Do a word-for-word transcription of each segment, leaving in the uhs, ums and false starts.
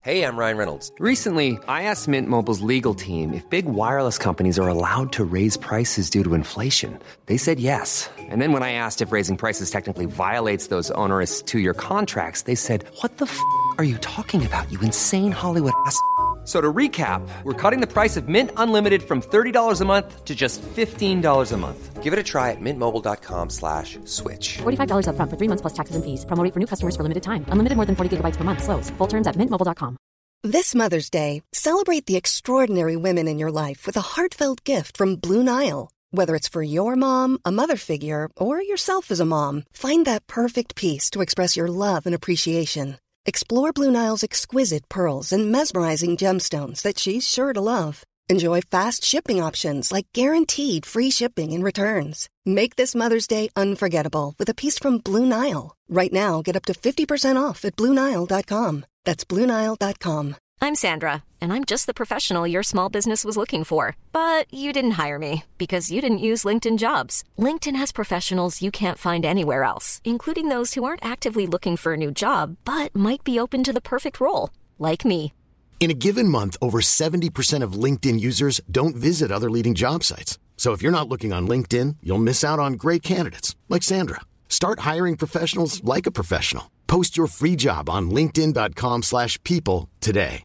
Hey, I'm Ryan Reynolds. Recently, I asked Mint Mobile's legal team if big wireless companies are allowed to raise prices due to inflation. They said yes. And then when I asked if raising prices technically violates those onerous two-year contracts, they said, "What the f*** are you talking about, you insane Hollywood ass?" So to recap, we're cutting the price of Mint Unlimited from thirty dollars a month to just fifteen dollars a month. Give it a try at mintmobile.com slash switch. forty-five dollars up front for three months plus taxes and fees. Promo rate for new customers for limited time. Unlimited more than forty gigabytes per month. Slows full terms at mint mobile dot com. This Mother's Day, celebrate the extraordinary women in your life with a heartfelt gift from Blue Nile. Whether it's for your mom, a mother figure, or yourself as a mom, find that perfect piece to express your love and appreciation. Explore Blue Nile's exquisite pearls and mesmerizing gemstones that she's sure to love. Enjoy fast shipping options like guaranteed free shipping and returns. Make this Mother's Day unforgettable with a piece from Blue Nile. Right now, get up to fifty percent off at blue nile dot com. That's blue nile dot com. I'm Sandra, and I'm just the professional your small business was looking for. But you didn't hire me because you didn't use LinkedIn Jobs. LinkedIn has professionals you can't find anywhere else, including those who aren't actively looking for a new job, but might be open to the perfect role, like me. In a given month, over seventy percent of LinkedIn users don't visit other leading job sites. So if you're not looking on LinkedIn, you'll miss out on great candidates like Sandra. Start hiring professionals like a professional. Post your free job on linkedin dot com slash people today.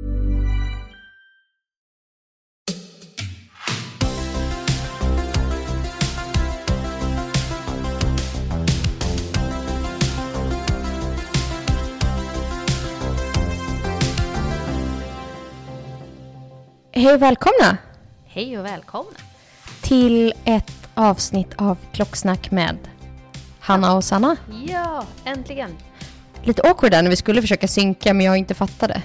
Hej och välkomna! Hej och välkomna! Till ett avsnitt av Klocksnack med Hanna och Sanna. Ja, äntligen! Lite awkward där när vi skulle försöka synka men jag inte fattade.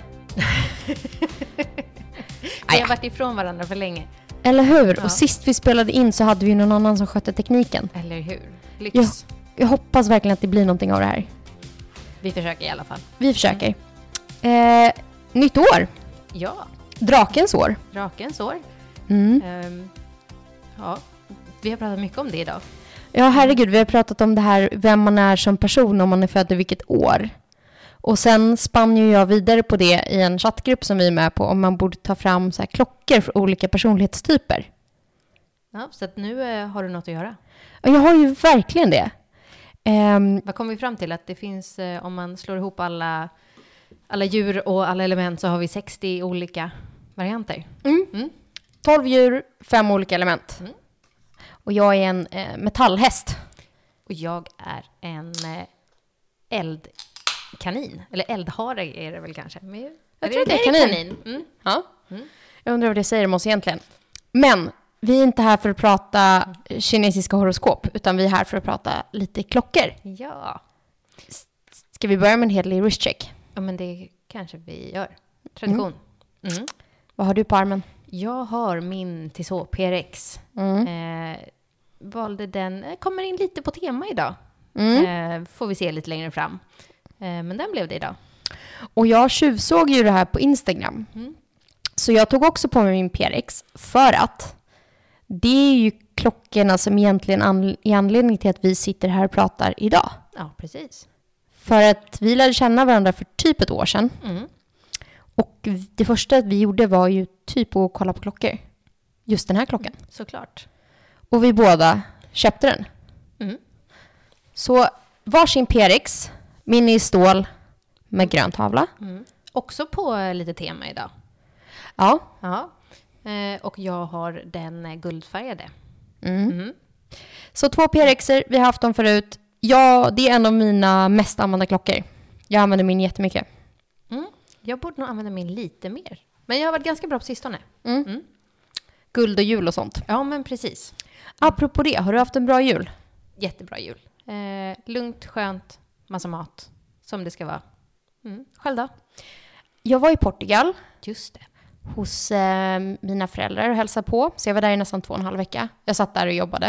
Vi har varit ifrån varandra för länge. Eller hur? Ja. Och sist vi spelade in så hade vi någon annan som skötte tekniken. Eller hur? Lyx. Jag, jag hoppas verkligen att det blir någonting av det här. Vi försöker i alla fall. Vi försöker. Eh, nytt år. Ja. Drakens år. Drakens år. Mm. Um, ja, vi har pratat mycket om det idag. Ja, herregud. Vi har pratat om det här, vem man är som person, om man är född i vilket år. Och sen spann ju jag vidare på det i en chattgrupp som vi är med på, om man borde ta fram så här klockor för olika personlighetstyper. Ja, så att nu eh, har du något att göra. Och jag har ju verkligen det. Um, Vad kommer vi fram till? Att det finns, eh, om man slår ihop alla, alla djur och alla element så har vi sextio olika varianter. Mm. Mm. tolv djur, fem olika element. Mm. Och jag är en eh, metallhäst. Och jag är en eh, eldkanin. Eller eldhare är det väl kanske. Men, jag är tror det, det är kanin. kanin. Mm. Ja. Mm. Jag undrar vad det säger om oss egentligen. Men vi är inte här för att prata kinesiska horoskop, utan vi är här för att prata lite klockor. Ja. Ska vi börja med en hederlig wristcheck? Ja, men det kanske vi gör. Tradition. Mm. Mm. Vad har du på armen? Jag har min Tissot P R X. Mm. Eh, valde den. Kommer in lite på tema idag. Mm. Eh, får vi se lite längre fram. Eh, men den blev det idag. Och jag tjuvsåg ju det här på Instagram. Mm. Så jag tog också på mig min P R X för att det är ju klockorna som egentligen an- är anledning till att vi sitter här och pratar idag. Ja, precis. För att vi lärde känna varandra för typ ett år sedan. Mm. Och det första vi gjorde var ju typ att kolla på klockor. Just den här klockan. Mm, såklart. Och vi båda köpte den. Mm. Så varsin P R X, min i stål med grön tavla. Mm. Också på lite tema idag. Ja. Ja. Eh, och jag har den guldfärgade. Mm. Mm. Så två P R Xer, vi har haft dem förut. Ja, det är en av mina mest använda klockor. Jag använder min jättemycket. Mm. Jag borde nog använda min lite mer. Men jag har varit ganska bra på sistone. Mm. Mm. Guld och jul och sånt. Ja, men precis. Apropå det, har du haft en bra jul? Jättebra jul. Eh, lugnt, skönt, massa mat. Som det ska vara. Mm. Själv då? Jag var i Portugal. Just det. Hos eh, mina föräldrar och hälsade på. Så jag var där i nästan två och en halv vecka. Jag satt där och jobbade.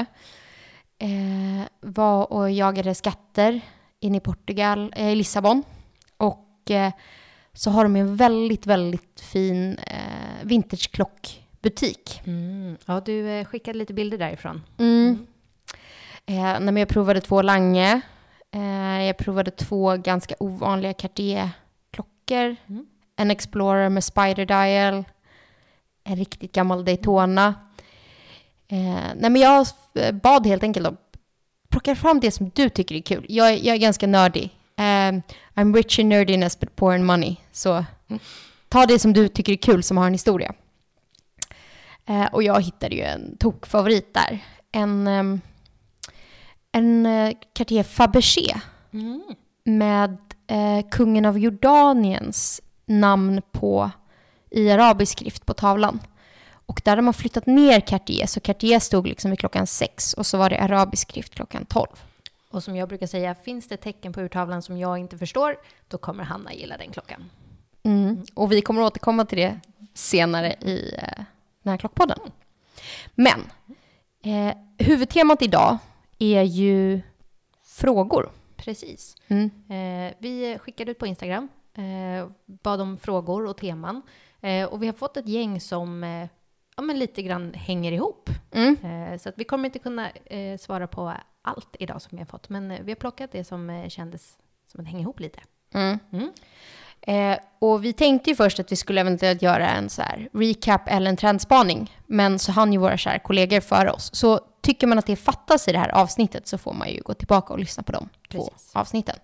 Eh, var och jagade skatter in i Portugal, eh, i Lissabon. Och eh, så har de en väldigt, väldigt fin eh, vintageklockbutik. Mm. Ja, du eh, skickade lite bilder därifrån. Mm. Mm. Eh, när jag provade två Lange. Eh, jag provade två ganska ovanliga Cartier-klockor. Mm. en Explorer med Spider Dial, en riktigt gammal Daytona. Eh, nej men jag bad helt enkelt om plocka fram det som du tycker är kul. Jag, jag är ganska nördig. Um, I'm rich in nerdiness but poor in money. Så ta det som du tycker är kul som har en historia. Uh, och jag hittade ju en tokfavorit där. En, um, en uh, Cartier Fabergé mm. med uh, kungen av Jordaniens namn på i arabisk skrift på tavlan. Och där har man flyttat ner Cartier. Så Cartier stod liksom vid klockan sex. Och så var det arabisk skrift klockan tolv. Och som jag brukar säga, finns det tecken på urtavlan som jag inte förstår, då kommer Hanna gilla den klockan. Mm. Och vi kommer återkomma till det senare i eh, den här klockpodden. Men eh, huvudtemat idag är ju frågor. Precis. Mm. Eh, vi skickade ut på Instagram, eh, bad om frågor och teman. Eh, och vi har fått ett gäng som eh, ja, men lite grann hänger ihop. Mm. Eh, så att vi kommer inte kunna eh, svara på allt idag som vi har fått. Men eh, vi har plockat det som eh, kändes som att hänga ihop lite. Mm. Mm. Eh, och vi tänkte ju först att vi skulle eventuellt göra en så här recap eller en trendspaning. Men så hann ju våra kära kollegor för oss. Så tycker man att det fattas i det här avsnittet så får man ju gå tillbaka och lyssna på de två Precis. avsnitten.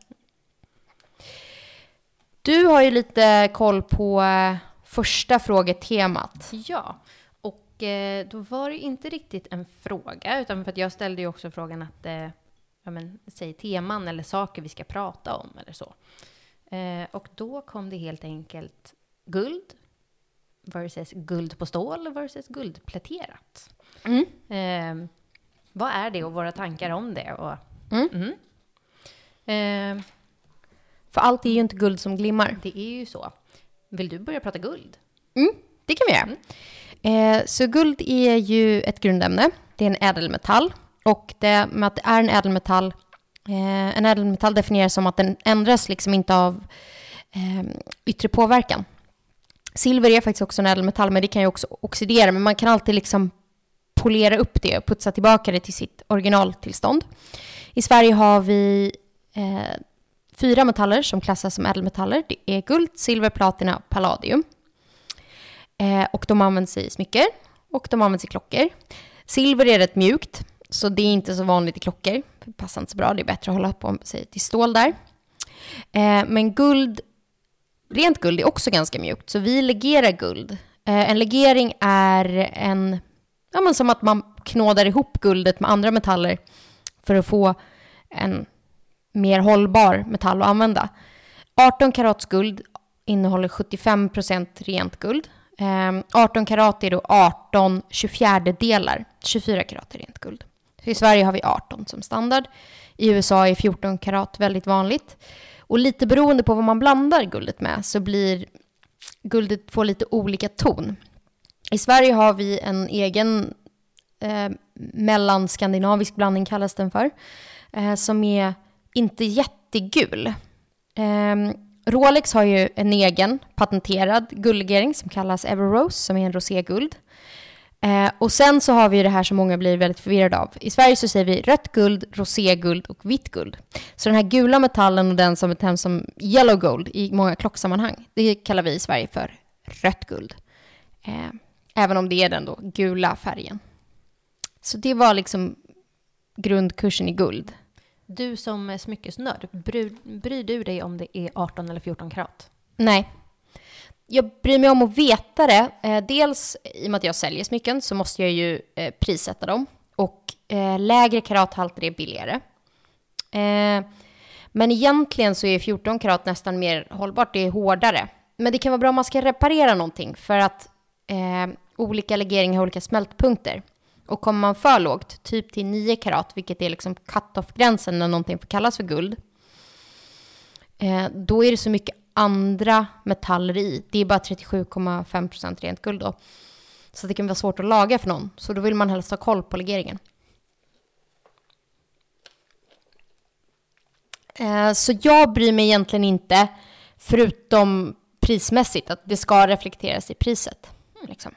Du har ju lite koll på eh, första frågetemat. Ja, och eh, då var det inte riktigt en fråga, utan för att jag ställde ju också frågan att, eh, ja men, säg teman eller saker vi ska prata om eller så. Eh, och då kom det helt enkelt guld versus guld på stål versus guldpläterat. Mm. Eh, vad är det och våra tankar om det? Och, Mm. mm. Eh, För allt är ju inte guld som glimmar. det är ju så. Vill du börja prata guld? Mm, det kan vi göra. Mm. Eh, så guld är ju ett grundämne. Det är en ädelmetall. Och det, med att det är en ädelmetall, eh, en ädelmetall definieras som att den ändras liksom inte av eh, yttre påverkan. Silver är faktiskt också en ädelmetall, men det kan ju också oxidera. Men man kan alltid liksom polera upp det och putsa tillbaka det till sitt originaltillstånd. I Sverige har vi eh, fyra metaller som klassas som ädelmetaller. Det är guld, silver, platina och palladium. Eh, och de används i smycken och de används i klockor. Silver är rätt mjukt, så det är inte så vanligt i klockor. Det passar inte så bra, det är bättre att hålla på sig till stål där. Eh, men guld, rent guld är också ganska mjukt, så vi legerar guld. Eh, en legering är en, ja, men som att man knådar ihop guldet med andra metaller för att få en mer hållbar metall att använda. arton karats guld innehåller sjuttiofem procent rent guld. Um, arton karat är då arton tjugofjärdedelar. tjugofyra karat är rent guld. Så i Sverige har vi arton som standard. I U S A är fjorton karat väldigt vanligt. Och lite beroende på vad man blandar guldet med så blir guldet får lite olika ton. I Sverige har vi en egen eh, mellanskandinavisk blandning kallas den för. Eh, som är inte jättegul. Eh, Rolex har ju en egen patenterad guldlegering som kallas Everrose, som är en roséguld. Eh, och sen så har vi det här som många blir väldigt förvirrade av. I Sverige så säger vi rött guld, roséguld och vitt guld. Så den här gula metallen och den som bestäms som yellow gold i många klocksammanhang, det kallar vi i Sverige för rött guld. Eh, även om det är den då gula färgen. Så det var liksom grundkursen i guld. Du som smyckesnörd, bryr, bryr du dig om det är arton eller fjorton karat? Nej. Jag bryr mig om att veta det. Eh, dels i och med att jag säljer smycken så måste jag ju eh, prissätta dem. Och eh, lägre karathalter är billigare. Eh, men egentligen så är fjorton karat nästan mer hållbart. Det är hårdare. Men det kan vara bra om man ska reparera någonting. För att eh, olika legeringar har olika smältpunkter. Och kommer man för lågt, typ till nio karat, vilket är liksom cut-off-gränsen när någonting får kallas för guld, eh, då är det så mycket andra metaller i. Det är bara trettiosju komma fem procent rent guld då. Så det kan vara svårt att laga för någon. Så då vill man helst ha koll på legeringen. Eh, så jag bryr mig egentligen inte, förutom prismässigt, att det ska reflekteras i priset. Liksom.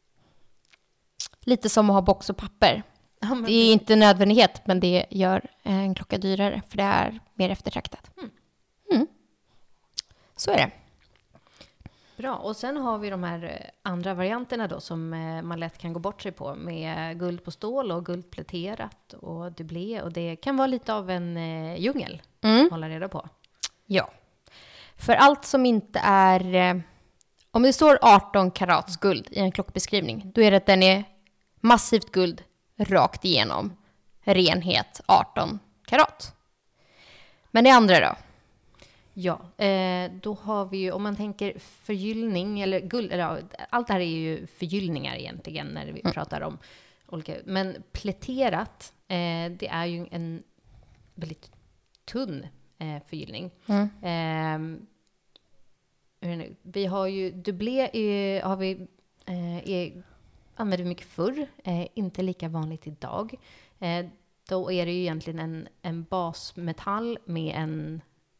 Lite som att ha box och papper. Ja, det är inte nödvändighet, men det gör en klocka dyrare. För det är mer eftertraktat. Mm. Mm. Så är det. Bra, och sen har vi de här andra varianterna då som man lätt kan gå bort sig på med guld på stål och guldpläterat och dublé, och det kan vara lite av en djungel Mm. att hålla reda på. Ja. För allt som inte är... Eh, om det står arton karats guld i en klockbeskrivning, då är det att den är massivt guld rakt igenom. Renhet arton karat. Men det andra då? Ja, eh, då har vi ju, om man tänker förgyllning, eller guld, eller ja, allt det här är ju förgyllningar egentligen när vi mm. pratar om olika, men pläterat, eh, det är ju en väldigt tunn eh, förgyllning. Mm. Eh, vi har ju dublé, är, har vi, eh, är, använder vi mycket förr, eh, inte lika vanligt idag. Eh, då är det ju egentligen en, en basmetall med en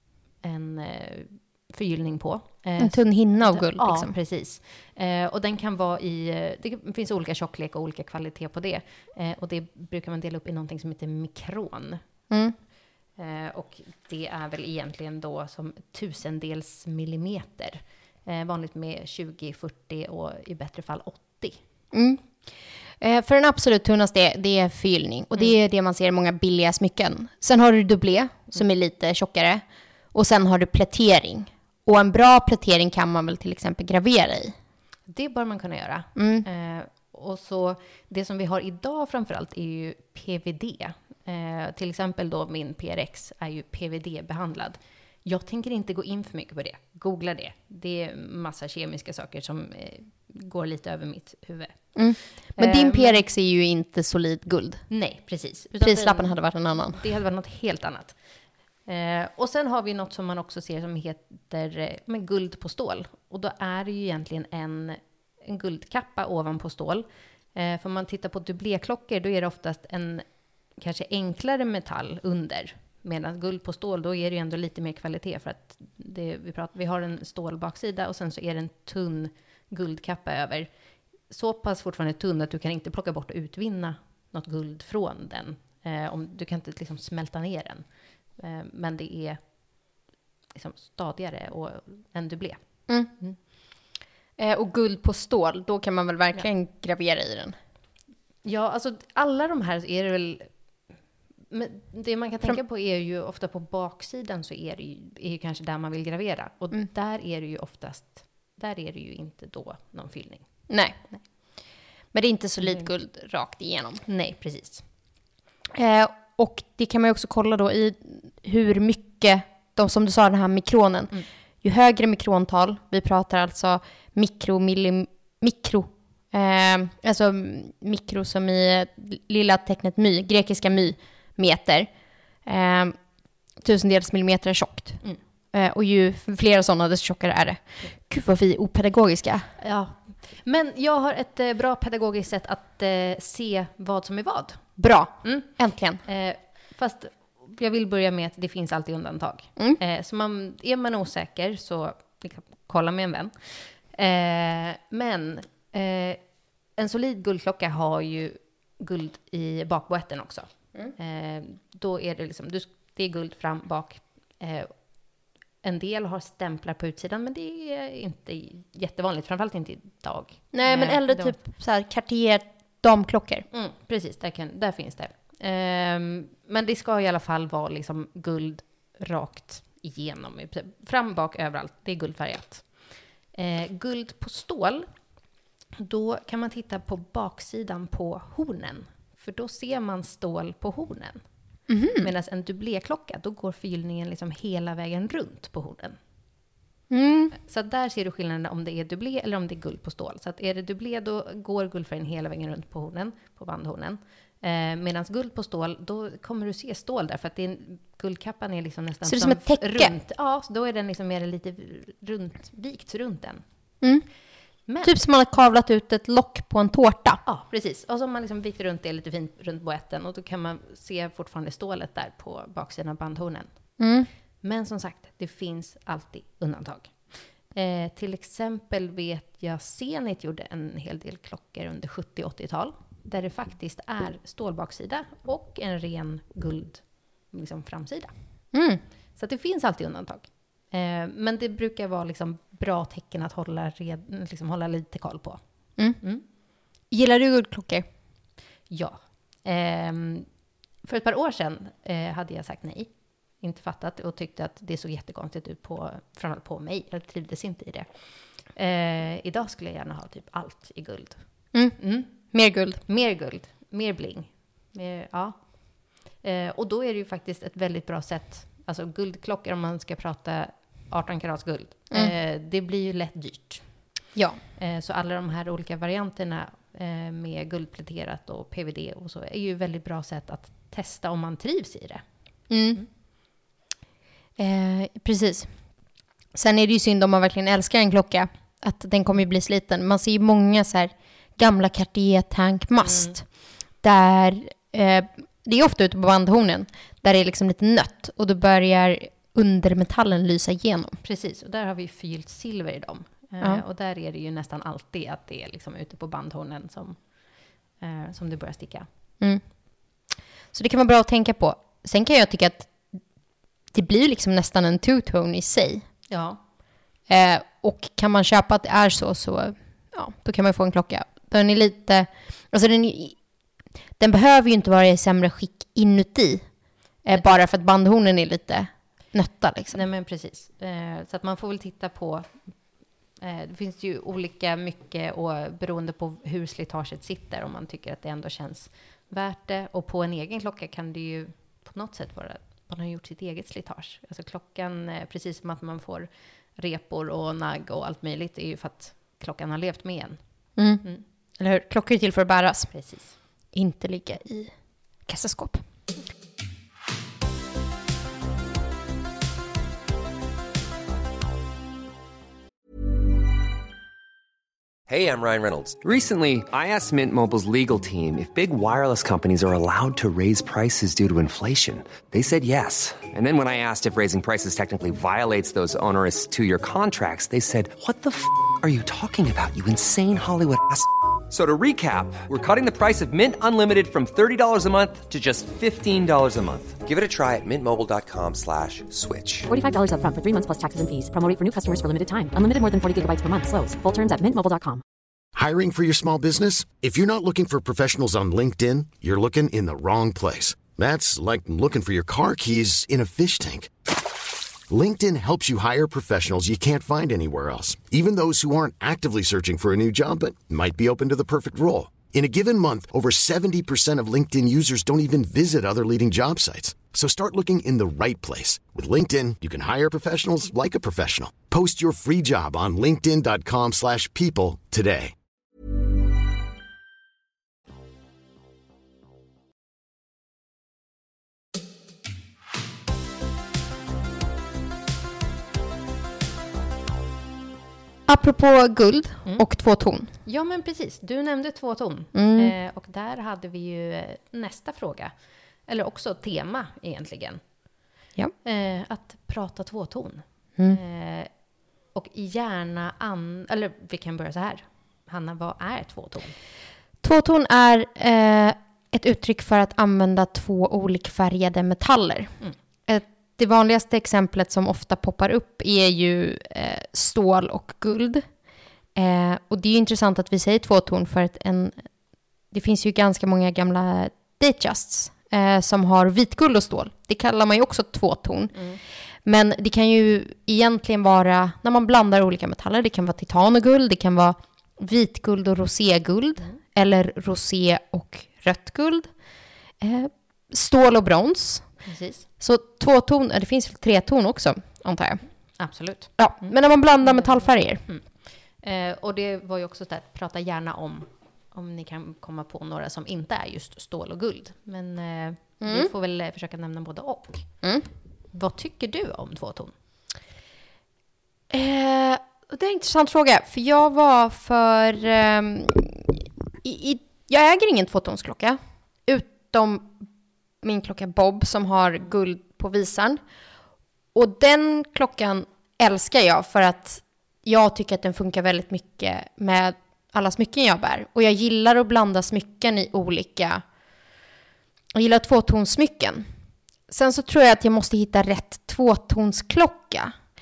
en eh, förgyllning på. Eh, en tunn hinna av guld. Ja, liksom. precis. Eh, och den kan vara i... Det finns olika tjocklek och olika kvalitet på det. Eh, och det brukar man dela upp i någonting som heter mikron. Mm. Eh, och det är väl egentligen då som tusendels millimeter. Eh, vanligt med tjugo, fyrtio och i bättre fall åttio. Mm. Eh, för den absolut tunnaste, det är förgyllning. Och det är det man ser i många billiga smycken. Sen har du dublé, som är lite tjockare. Och sen har du plätering. Och en bra plätering kan man väl till exempel gravera i. Det bör man kunna göra. Mm. Eh, och så det som vi har idag framförallt är ju P V D. Eh, till exempel då min P R X är ju P V D-behandlad. Jag tänker inte gå in för mycket på det. Googla det. Det är massa kemiska saker som eh, går lite över mitt huvud. Mm. Men din eh, P R X är ju inte solid guld. Nej, precis. Utan Prislappen den, hade varit en annan. Det hade varit något helt annat. Eh, och sen har vi något som man också ser som heter eh, med guld på stål. Och då är det ju egentligen en, en guldkappa ovanpå stål. Eh, för om man tittar på dubléklockor, då är det oftast en kanske enklare metall under. Medan guld på stål, då är det ju ändå lite mer kvalitet. För att det, vi, pratar, vi har en stålbaksida och sen så är det en tunn guldkappa över. Så pass fortfarande tunn att du kan inte plocka bort och utvinna något guld från den. Eh, om, du kan inte liksom smälta ner den. Men det är liksom stadigare och en dublé. Mm. Mm. Eh, och guld på stål, då kan man väl verkligen ja. gravera i den? Ja, alltså alla de här är det väl... Men det man kan tänka Fram- på är ju ofta på baksidan så är det ju, är ju kanske där man vill gravera. Och mm. där är det ju oftast... Där är det ju inte då någon fyllning. Nej. Nej. Men det är inte solid mm. guld rakt igenom. Nej, precis. Eh, Och det kan man ju också kolla då i hur mycket, de, som du sa, den här mikronen. Mm. Ju högre mikrontal, vi pratar alltså mikro, millim, mikro, eh, alltså mikro som i lilla tecknet my, grekiska my, meter. Eh, tusendels millimeter är tjockt. Mm. Eh, och ju fler sådana, desto tjockare är det. Gud vad vi är opedagogiska. Ja, men jag har ett eh, bra pedagogiskt sätt att eh, se vad som är vad. Bra, mm. äntligen. Eh, fast jag vill börja med att det finns alltid undantag. Mm. Eh, så man, är man osäker så liksom, kolla med en vän. Eh, men eh, en solid guldklocka har ju guld i bakboetten också. Mm. Eh, då är det liksom, det är guld fram, bak. Eh, en del har stämplar på utsidan, men det är inte jättevanligt. Framförallt inte idag. Nej, men äldre eh, typ så här Cartier damklockor. Mm, precis, där, kan, där finns det. Um, men det ska i alla fall vara liksom guld rakt igenom. Fram, bak, överallt. Det är guldfärgat. Uh, guld på stål. Då kan man titta på baksidan på hornen. För då ser man stål på hornen. Mm-hmm. Medan en dubléklocka, då går förgyllningen liksom hela vägen runt på hornen. Mm. Så där ser du skillnaden om det är dublé eller om det är guld på stål. Så att är det dublé, då går guldfärgen hela vägen runt på hornen, på bandhornen. Eh, Medan guld på stål, då kommer du se stål där. För att det är, guldkappan är liksom nästan så det är som ett täcke? Runt. Ja, så då är den liksom mer lite runt, vikt runt den. Mm. Men, typ som man har kavlat ut ett lock på en tårta. Ja, precis. Och så har man liksom vikt runt det lite fint runt boetten. Och då kan man se fortfarande stålet där på baksidan av bandhornen. Mm. Men som sagt, det finns alltid undantag. Eh, till exempel vet jag Zenit gjorde en hel del klockor under sjuttio- och åttiotal. Där det faktiskt är stålbaksida och en ren guld liksom framsida. Mm. Så att det finns alltid undantag. Eh, men det brukar vara liksom bra tecken att hålla, red, liksom hålla lite koll på. Mm. Mm. Gillar du guldklockor? Ja. Ehm, för ett par år sedan eh, hade jag sagt nej. Inte fattat och tyckte att det såg jättekonstigt ut på, framförallt på mig. Jag trivdes inte i det. Eh, idag skulle jag gärna ha typ allt i guld. Mm. Mm. Mer guld. Mer guld, mer bling. Mer, ja. Eh, och då är det ju faktiskt ett väldigt bra sätt. Alltså guldklockor, om man ska prata arton karats guld. Mm. Eh, det blir ju lätt dyrt. Ja. Eh, så alla de här olika varianterna eh, med guldpläterat och P V D och så är ju väldigt bra sätt att testa om man trivs i det. Mm. Eh, precis. Sen är det ju synd om man verkligen älskar en klocka att den kommer ju bli sliten. Man ser ju många så här gamla Cartier Tank Must mm. där eh, det är ofta ute på bandhornen där det är liksom lite nött och då börjar undermetallen lysa igenom. Precis, och där har vi förgyllt silver i dem. Eh, ja. Och där är det ju nästan alltid att det är liksom ute på bandhornen som, eh, som det börjar sticka. Mm. Så det kan vara bra att tänka på. Sen kan jag tycka att det blir liksom nästan en two-tone i sig. Ja. Eh, och kan man köpa att det är så, så ja, då kan man få en klocka. Den är lite... Alltså den, den behöver ju inte vara i sämre skick inuti. Eh, bara för att bandhornen är lite nötta. Liksom. Nej, men precis. Eh, så att man får väl titta på... Eh, det finns ju olika mycket och beroende på hur slitaget sitter. Om man tycker att det ändå känns värt det. Och på en egen klocka kan det ju på något sätt vara... Man har gjort sitt eget slitage. Alltså klockan, precis som att man får repor och nagg och allt möjligt, är ju för att klockan har levt med en. Mm. Mm. Eller hur? Klockor är till för att bäras. Precis. Inte ligga i kassaskåp. Hey, I'm Ryan Reynolds. Recently, I asked Mint Mobile's legal team if big wireless companies are allowed to raise prices due to inflation. They said yes. And then when I asked if raising prices technically violates those onerous two-year contracts, they said, "What the f*** are you talking about, you insane Hollywood ass?" So to recap, we're cutting the price of Mint Unlimited from thirty dollars a month to just fifteen dollars a month. Give it a try at mintmobile.com slash switch. forty-five dollars up front for three months plus taxes and fees. Promo rate for new customers for limited time. Unlimited more than forty gigabytes per month. Slows full terms at mint mobile dot com. Hiring for your small business? If you're not looking for professionals on LinkedIn, you're looking in the wrong place. That's like looking for your car keys in a fish tank. LinkedIn helps you hire professionals you can't find anywhere else, even those who aren't actively searching for a new job but might be open to the perfect role. In a given month, over seventy percent of LinkedIn users don't even visit other leading job sites. So start looking in the right place. With LinkedIn, you can hire professionals like a professional. Post your free job on linkedin dot com slash people today. Apropå guld Mm. och två ton. Ja, men precis. Du nämnde två ton. Mm. Eh, och där hade vi ju eh, nästa fråga. Eller också tema egentligen. Ja. Eh, att prata tvåton. Mm. Eh, och gärna... An- eller vi kan börja så här. Hanna, vad är tvåton? Tvåton är eh, ett uttryck för att använda två olikfärgade metaller. Mm. Ett, det vanligaste exemplet som ofta poppar upp är ju eh, stål och guld. Eh, och det är ju intressant att vi säger tvåton för att en, det finns ju ganska många gamla Datejusts eh, som har vitguld och stål. Det kallar man ju också tvåton. Mm. Men det kan ju egentligen vara när man blandar olika metaller. Det kan vara titan och guld, det kan vara vitguld och roséguld. Mm. Eller rosé och rött guld. Eh, stål och brons. Precis. Så två ton, det finns väl tre ton också, antar jag. Absolut. Ja, mm. Men när man blandar metallfärger. Mm. Eh, och det var ju också så att prata gärna om, om ni kan komma på några som inte är just stål och guld. Men eh, mm. vi får väl försöka nämna både och. Mm. Vad tycker du om tvåton? Eh, det är en intressant fråga. För jag var för... Eh, i, i, jag äger ingen tvåtonsklocka. Utom min klocka Bob som har guld på visaren. Och den klockan älskar jag för att jag tycker att den funkar väldigt mycket med alla smycken jag bär. Och jag gillar att blanda smycken i olika... Jag gillar tvåtonssmycken. Sen så tror jag att jag måste hitta rätt tvåtonsklocka.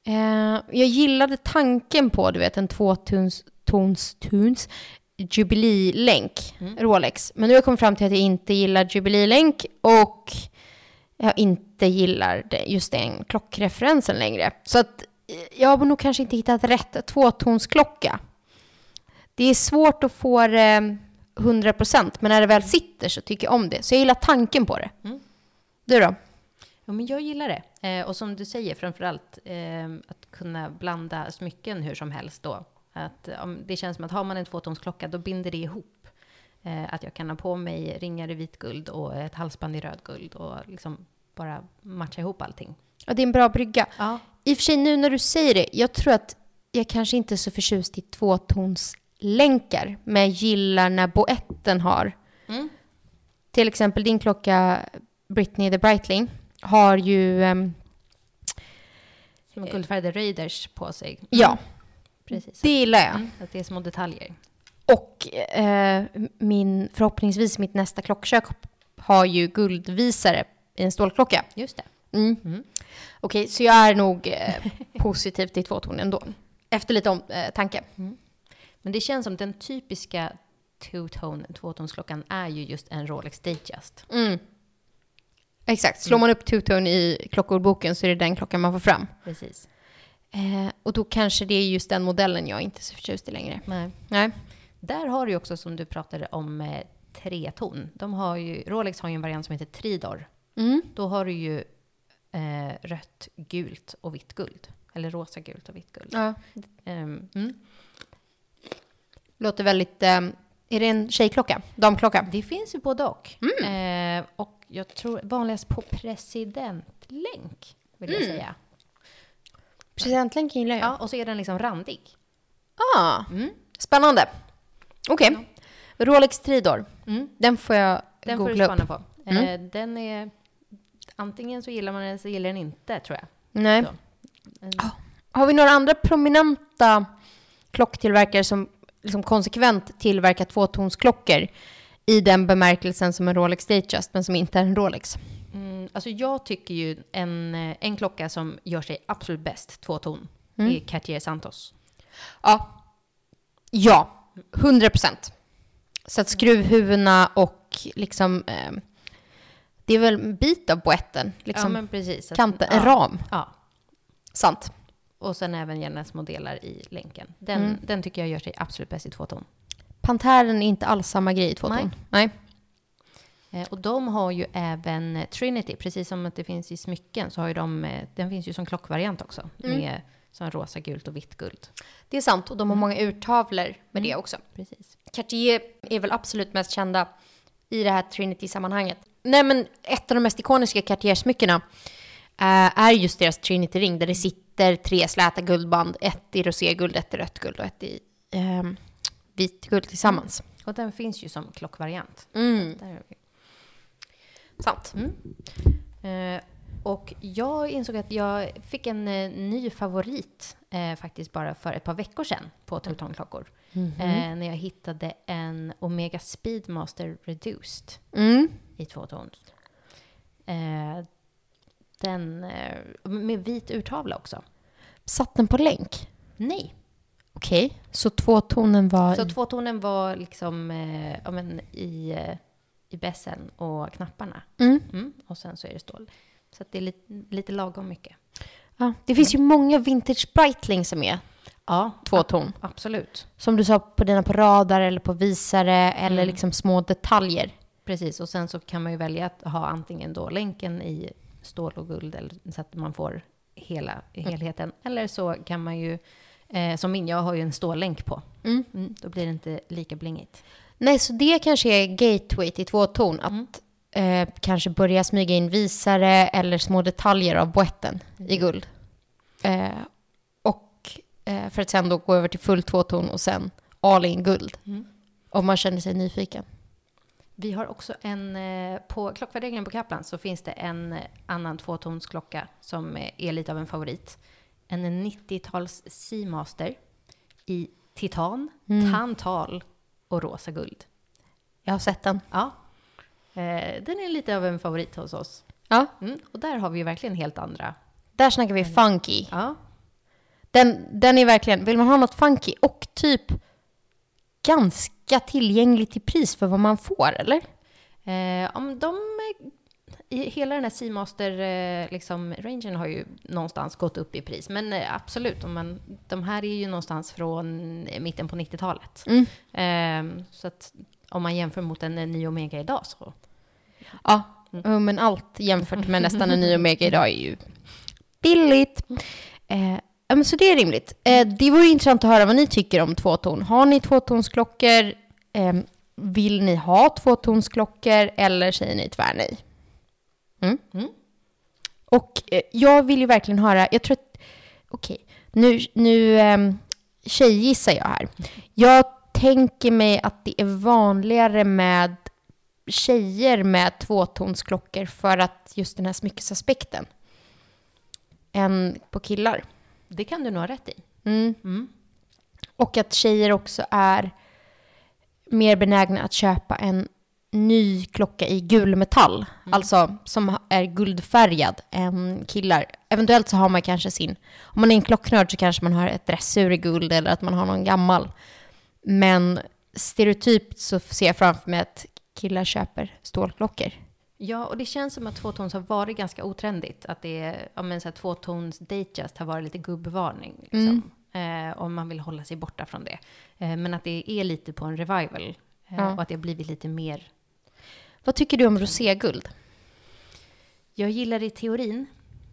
Eh, jag gillade tanken på, du vet, en tvåtons tons, tons, jubililänk, mm. Rolex. Men nu har jag kommit fram till att jag inte gillar jubililänk och jag inte gillar det, just den klockreferensen längre. Så att jag har nog kanske inte hittat rätt tvåtonsklocka. Det är svårt att få det hundra procent, men när det väl sitter så tycker jag om det. Så jag gillar tanken på det. Mm. Du då? Ja, men jag gillar det. Eh, och som du säger, framförallt eh, att kunna blanda smycken hur som helst då. Att, om det känns som att har man en tvåtonsklocka, då binder det ihop. Eh, att jag kan ha på mig ringar i vitguld och ett halsband i rödguld och liksom bara matcha ihop allting. Ja, det är en bra brygga. Ja. I och för sig nu när du säger det, jag tror att jag kanske inte är så förtjust i tvåtonslänkar, men jag gillar när boetten har. Mm. Till exempel din klocka Britney the Breitling har ju um, som guldfärgade Raiders på sig. Mm. Ja, precis. Det gillar jag. Mm, att det är små detaljer. Och eh, min, förhoppningsvis mitt nästa klockköp har ju guldvisare i en stålklocka. Just det. Mm. Mm. Okej, okay, så jag är nog eh, positiv till tvåton ändå. Efter lite om, eh, tanke. Mm. Men det känns som den typiska two-tone tvåtonsklockan är ju just en Rolex Datejust. Mm. Exakt. Slår man upp two-tone i klockordboken så är det den klockan man får fram. Precis. Eh, och då kanske det är just den modellen jag inte är så förtjust i längre. Nej. Nej. Där har du ju också, som du pratade om, eh, treton. De har ju, Rolex har ju en variant som heter Tridor. Mm. Då har du ju eh, rött, gult och vitt guld. Eller rosa, gult och vitt guld. Ja. Um, mm. Låter väldigt... Eh, är det en tjejklocka? Damklocka? Det finns ju både och. Mm. Eh, och jag tror vanligast på presidentlänk, vill jag mm. säga. Presidentlänk gillar jag. Ja, och så är den liksom randig. Ah, mm. Spännande. Okej. Okay. Ja. Rolex Tridor. Mm. Den får jag den googla upp. Den får du spana på. Mm. Eh, den är... Antingen så gillar man den, så gillar den inte, tror jag. Nej. Mm. Oh. Har vi några andra prominenta klocktillverkare som liksom konsekvent tillverkar tvåtonsklockor i den bemärkelsen som en Rolex Datejust, men som inte är en Rolex? Mm, alltså jag tycker ju en, en klocka som gör sig absolut bäst tvåton mm. är Cartier Santos. Ja. Ja, hundra procent. Så att skruvhuvudena och liksom... Eh, det är väl en bit av boetten. Liksom, ja, men precis. kanten, en ja. ram. Ja. Sant. Och sen även gärna små delar i länken. Den, mm. den tycker jag gör sig absolut bäst i tvåton. Pantären är inte alls samma grej i tvåton. Nej. Nej. Eh, och de har ju även Trinity. Precis som att det finns i smycken så har ju de... Eh, den finns ju som klockvariant också. Mm. Med som rosa, gult och vitt guld. Det är sant. Och de har många urtavlor med mm. det också. Precis. Cartier är väl absolut mest kända i det här Trinity-sammanhanget. Nej, men ett av de mest ikoniska Cartier-smyckena äh, är just deras Trinity-ring. Där det sitter tre släta guldband. Ett i roséguld, ett i rött guld och ett i äh, vit guld tillsammans. Mm. Och den finns ju som klockvariant. Mm. Där är vi. Sant. Mm. Eh, och jag insåg att jag fick en eh, ny favorit eh, faktiskt bara för ett par veckor sedan på two-tone-klockor. Mm-hmm. Eh, när jag hittade en Omega Speedmaster Reduced mm. i tvåton. Eh, den eh, med vit urtavla också. Satt den på länk? Nej. Okej, okay. Så tvåtonen var... Så tvåtonen var liksom eh, ja, men i, eh, i bässen och knapparna. Mm. Mm. Och sen så är det stål. Så att det är lite, lite lagom mycket. Ja, det finns mm. ju många vintage Breitling som är ja, tvåton. A- absolut. Som du sa, på dina på radar eller på visare eller mm. liksom små detaljer. Precis, och sen så kan man ju välja att ha antingen då länken i stål och guld eller, så att man får hela helheten. Mm. Eller så kan man ju, eh, som min, jag har ju en stållänk på. Mm. Mm, då blir det inte lika blingigt. Nej, så det kanske är gateway till tvåton. Att mm. eh, kanske börja smyga in visare eller små detaljer av boetten mm. i guld. Eh, och eh, för att sen då gå över till full tvåton och sen all in guld. Mm. Om man känner sig nyfiken. Vi har också en, på klockvärderingen på Kaplan så finns det en annan tvåtonsklocka som är lite av en favorit. En nittio-tals Seamaster i titan, mm. tantal och rosa guld. Jag har sett den. Ja, den är lite av en favorit hos oss. Ja. Mm. Och där har vi ju verkligen helt andra. Där snackar vi funky. Ja. Den, den är verkligen, vill man ha något funky och typ ganska tillgängligt i pris för vad man får, eller? Eh, om de, i hela den här Seamaster eh, liksom, rangen har ju någonstans gått upp i pris. Men eh, absolut, om man, de här är ju någonstans från mitten på nittiotalet. Mm. Eh, så att om man jämför mot en, en ny Omega idag så... Ja, mm. men allt jämfört med nästan en ny Omega idag är ju billigt. Eh, men så det är rimligt. Eh, det vore intressant att höra vad ni tycker om tvåton. Har ni tvåtonsklockor? Eh, vill ni ha tvåtonsklockor? Eller säger ni tvär nej? Mm. Mm. Och eh, jag vill ju verkligen höra... Jag tror att... Okej, okay, nu, nu eh, tjejgissar jag här. Jag tänker mig att det är vanligare med tjejer med tvåtonsklockor för att just den här smyckesaspekten än på killar. Det kan du nog ha rätt i. Mm. Mm. Och att tjejer också är mer benägna att köpa en ny klocka i gulmetall. Mm. Alltså som är guldfärgad än killar. Eventuellt så har man kanske sin... Om man är en klocknörd så kanske man har ett dressur i guld eller att man har någon gammal. Men stereotypt så ser jag framför mig att killar köper stålklockor. Ja, och det känns som att tvåtons har varit ganska otrendigt. Att det är, om en så här tvåtons Datejust har varit lite gubbvarning. Liksom. Mm. Eh, om man vill hålla sig borta från det. Eh, men att det är lite på en revival. Eh, ja. Och att det har blivit lite mer... Vad tycker du om roséguld? Jag gillar det i teorin.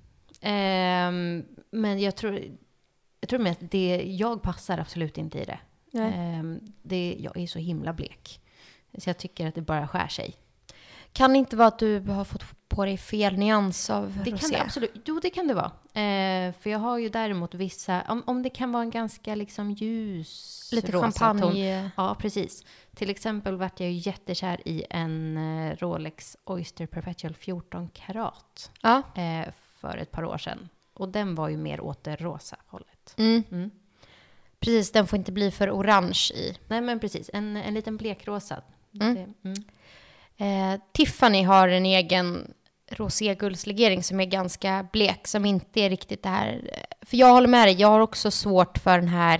Eh, men jag tror, jag tror med att det, jag passar absolut inte i det. Eh, det. Jag är så himla blek. Så jag tycker att det bara skär sig. Kan det inte vara att du har fått på dig fel nyans av det rosé? Kan det absolut. Jo, det kan det vara. Eh, för jag har ju däremot vissa... Om, om det kan vara en ganska liksom ljus... Lite rosa champagne. Ton. Ja, precis. Till exempel vart jag ju jättekär i en eh, Rolex Oyster Perpetual fjorton karat. Ja. Eh, för ett par år sedan. Och den var ju mer åt det rosa hållet. Mm. Mm. Precis, den får inte bli för orange i. Nej, men precis. En, en liten blekrosa. Mm. Det, mm. Eh, Tiffany har en egen roséguldslegering som är ganska blek, som inte är riktigt det här. För jag håller med dig, jag har också svårt för den här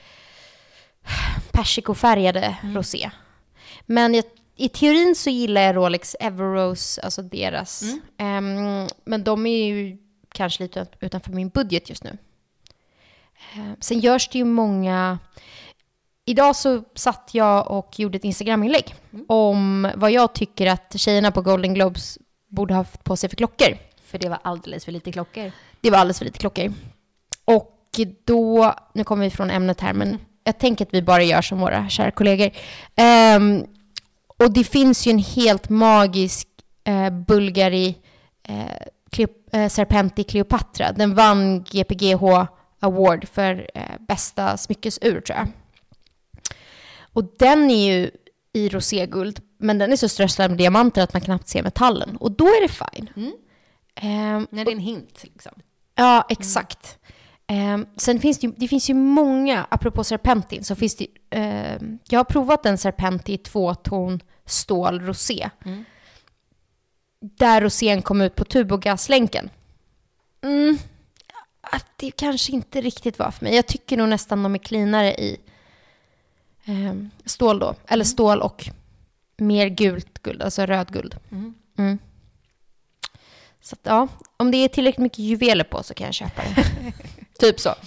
persikofärgade mm. rosé. Men jag, i teorin så gillar jag Rolex Everose, alltså deras. Mm. Um, men de är ju kanske lite utanför min budget just nu. Uh, sen görs det ju många... Idag så satt jag och gjorde ett Instagram-inlägg mm. om vad jag tycker att tjejerna på Golden Globes borde ha haft på sig för klockor. För det var alldeles för lite klockor. Det var alldeles för lite klockor. Och då, nu kommer vi från ämnet här, men mm. jag tänker att vi bara gör som våra kära kollegor. Um, och det finns ju en helt magisk uh, Bulgari uh, Cleo- uh, Serpenti Cleopatra. Den vann G P G H Award för uh, bästa smyckesur, tror jag. Och den är ju i roséguld, men den är så strösslad med diamanter att man knappt ser metallen. Och då är det fine. Mm. Um, När det är en hint, liksom. Ja, exakt. Mm. Um, sen finns det, ju, det finns ju många, apropå serpentin, så finns det um, jag har provat en serpenti tvåton stål rosé. Mm. Där rosén kom ut på turbogaslänken. Mm. Att det kanske inte riktigt var för mig. Jag tycker nog nästan de är cleanare i um, stål då. Eller mm. stål och mer gult guld, alltså rödguld. Mm. Mm. Så att, ja, om det är tillräckligt mycket juveler på så kan jag köpa det. Typ så.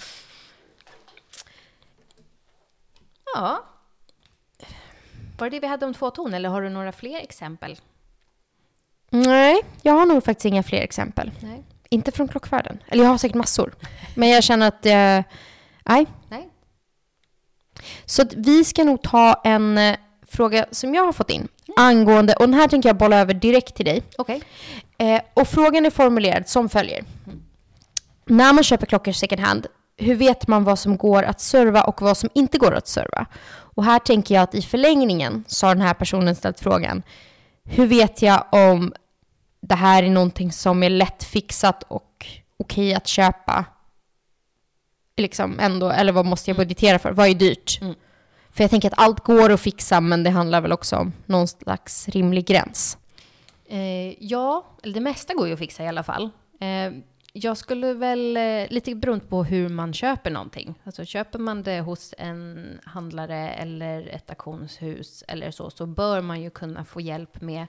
Ja. Var det det vi hade om två ton, eller har du några fler exempel? Nej, jag har nog faktiskt inga fler exempel. Nej. Inte från klockvärlden. Eller jag har säkert massor. Men jag känner att... Eh, nej. nej. Så att vi ska nog ta en eh, fråga som jag har fått in. Mm. Angående... Och den här tänker jag bolla över direkt till dig. Okej. Okay. Eh, och frågan är formulerad som följer. Mm. När man köper klockor second hand, hur vet man vad som går att serva och vad som inte går att serva? Och här tänker jag att i förlängningen så har den här personen ställt frågan: hur vet jag om det här är någonting som är lätt fixat och okej att köpa? Liksom ändå, eller vad måste jag budgetera för? Vad är dyrt? Mm. För jag tänker att allt går att fixa, men det handlar väl också om någon slags rimlig gräns. Eh, ja, eller det mesta går ju att fixa i alla fall. Eh, Jag skulle väl, eh, lite beroende på hur man köper någonting. Alltså köper man det hos en handlare eller ett auktionshus eller så, så bör man ju kunna få hjälp med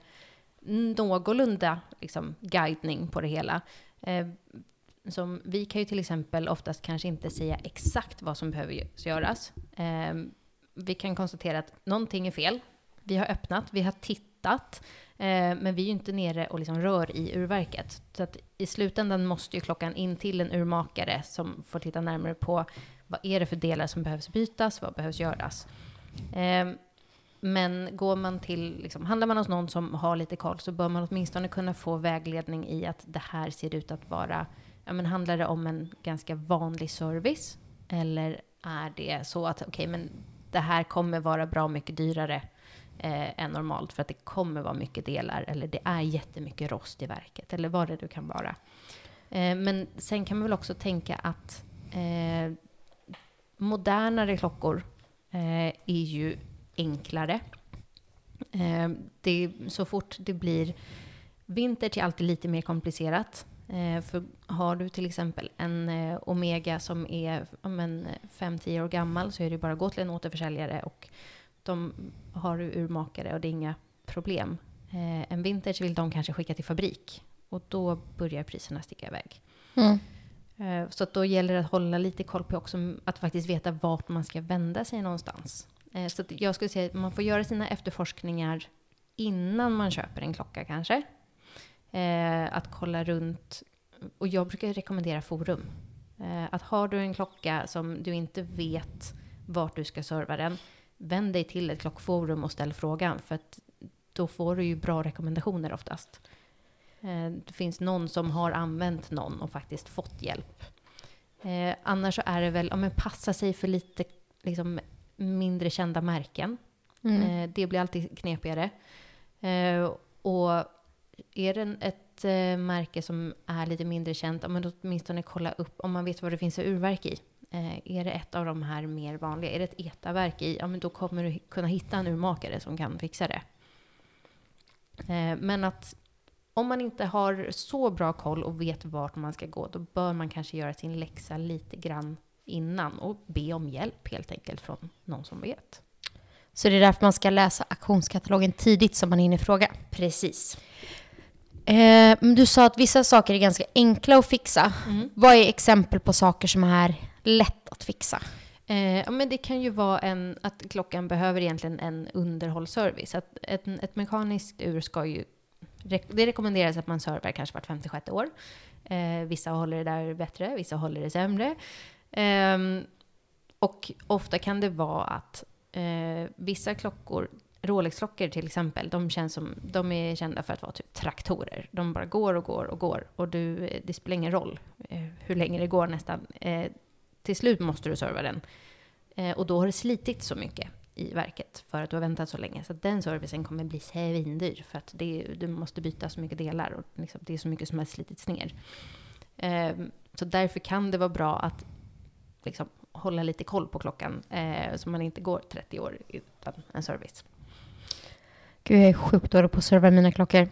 någorlunda liksom, guidning på det hela. Eh, som, vi kan ju till exempel oftast kanske inte säga exakt vad som behöver göras. Eh, vi kan konstatera att någonting är fel. Vi har öppnat, vi har tittat, eh, men vi är ju inte nere och liksom rör i urverket. Så att i slutändan måste ju klockan in till en urmakare som får titta närmare på vad är det för delar som behövs bytas, vad behövs göras. Eh, men går man till, liksom, handlar man hos någon som har lite koll, så bör man åtminstone kunna få vägledning i att det här ser ut att vara, ja men handlar det om en ganska vanlig service? Eller är det så att, okej okay, men det här kommer vara bra mycket dyrare Eh, än normalt för att det kommer vara mycket delar eller det är jättemycket rost i verket eller vad det du kan vara. Eh, men sen kan man väl också tänka att eh, modernare klockor eh, är ju enklare. Eh, det, så fort det blir vintage är alltid lite mer komplicerat. Eh, för har du till exempel en eh, Omega som är om fem till tio år gammal, så är det bara att gå till en återförsäljare och de har urmakare och det är inga problem. Eh, en vintage vill de kanske skicka till fabrik och då börjar priserna sticka iväg. Mm. Eh, så att då gäller det att hålla lite koll på också att faktiskt veta vart man ska vända sig någonstans. Eh, så att jag skulle säga att man får göra sina efterforskningar innan man köper en klocka kanske. Eh, att kolla runt, och jag brukar rekommendera forum. Eh, att har du en klocka som du inte vet vart du ska serva den, vänd dig till ett klockforum och ställ frågan, för att då får du ju bra rekommendationer oftast. Eh, det finns någon som har använt någon och faktiskt fått hjälp. Eh, annars så är det väl, ja, men passa sig för lite liksom, mindre kända märken. Mm. Eh, det blir alltid knepigare. Eh, och är det ett eh, märke som är lite mindre känt, ja, men åtminstone kolla upp om man vet vad det finns för urverk i. Eh, är det ett av de här mer vanliga, är det ett etaverk i, ja men då kommer du kunna hitta en urmakare som kan fixa det. Eh, men att om man inte har så bra koll och vet vart man ska gå, då bör man kanske göra sin läxa lite grann innan och be om hjälp helt enkelt från någon som vet. Så det är därför man ska läsa auktionskatalogen tidigt som man hinner fråga? Precis. Eh, du sa att vissa saker är ganska enkla att fixa. Mm. Vad är exempel på saker som är lätt att fixa? Eh, ja, men det kan ju vara en, att klockan behöver egentligen en underhållsservice. Att ett, ett mekaniskt ur ska ju, det rekommenderas att man servar kanske vart femtiosjätte år. Eh, vissa håller det där bättre, vissa håller det sämre. Eh, och ofta kan det vara att eh, vissa klockor, Rolex-klockor till exempel, de, känns som, de är kända för att vara typ traktorer. De bara går och går och går. Och du, det spelar ingen roll eh, hur länge det går nästan. Eh, till slut måste du serva den. Eh, och då har det slitit så mycket i verket för att du har väntat så länge. Så att den servicen kommer bli svindyr. För att det, du måste byta så mycket delar. Och liksom, det är så mycket som har slitits ner. Eh, så därför kan det vara bra att liksom, hålla lite koll på klockan. Eh, så man inte går trettio år utan en service. Gud, jag är sjukt dålig på att serva mina klockor.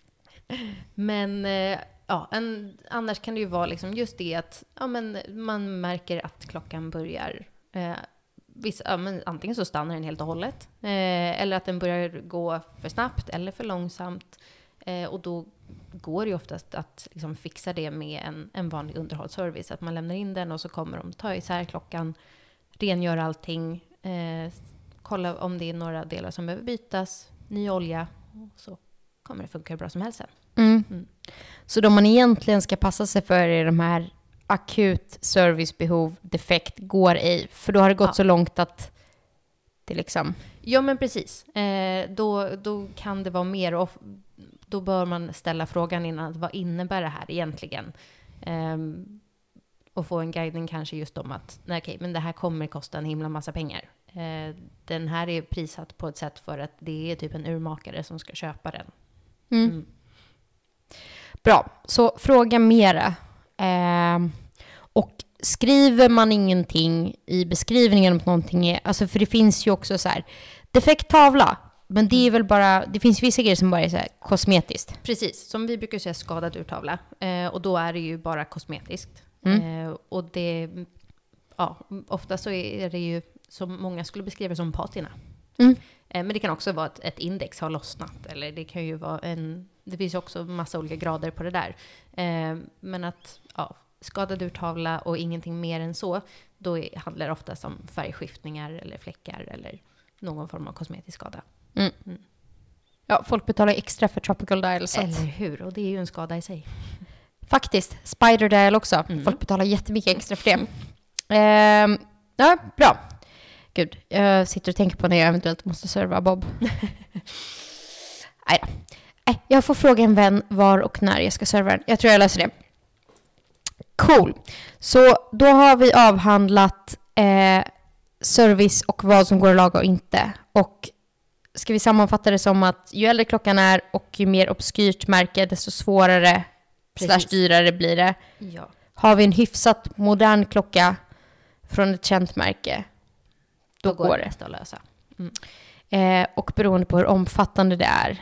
Men eh, ja, en, annars kan det ju vara liksom just det att ja, men man märker att klockan börjar. Eh, vissa, ja, men antingen så stannar den helt och hållet. Eh, eller att den börjar gå för snabbt eller för långsamt. Eh, och då går det ju oftast att liksom fixa det med en, en vanlig underhållsservice. Att man lämnar in den och så kommer de ta isär klockan, rengöra allting. Eh, kolla om det är några delar som behöver bytas. Ny olja, så kommer det funka hur bra som helst sen. Mm. Mm. Så de man egentligen ska passa sig för är de här akut servicebehov, defekt, går ej. För då har det gått ja. så långt att det liksom... Ja, men precis. Eh, då, då kan det vara mer, och då bör man ställa frågan innan, vad innebär det här egentligen? Eh, och få en guidning kanske just om att nej, okej, men det här kommer kosta en himla massa pengar. Den här är prissatt på ett sätt för att det är typ en urmakare som ska köpa den. Mm. Mm. Bra, så fråga mera. Eh, och skriver man ingenting i beskrivningen om någonting är, alltså för det finns ju också så här, defekt tavla. Men det är väl bara, det finns vissa grejer som bara är så här kosmetiskt. Precis, som vi brukar säga skadad urtavla. Eh, och då är det ju bara kosmetiskt. Mm. Eh, och det, ja, ofta så är det ju som många skulle beskriva som patina. Mm. Eh, men det kan också vara att ett index har lossnat. Eller det kan ju vara en, det finns också massa olika grader på det där. Eh, men att, ja, skadad urtavla och ingenting mer än så, då är, handlar det ofta om färgskiftningar eller fläckar eller någon form av kosmetisk skada. Mm. Mm. Ja, folk betalar extra för Tropical Dial. Så eller hur? Och det är ju en skada i sig. Faktiskt. Spider Dial också. Mm. Folk betalar jättemycket extra för det. Mm. Eh, ja, bra. Gud, jag sitter och tänker på när jag eventuellt måste serva Bob. Nej då. Nej, jag får fråga en vän var och när jag ska serva den. Jag tror jag löser det. Cool. Så då har vi avhandlat eh, service och vad som går att laga och inte. Och ska vi sammanfatta det som att ju äldre klockan är och ju mer obskyrt märke, desto svårare slash dyrare blir det. Ja. Har vi en hyfsat modern klocka från ett känt märke, då, då går, går det att lösa. Mm. Eh, och beroende på hur omfattande det är,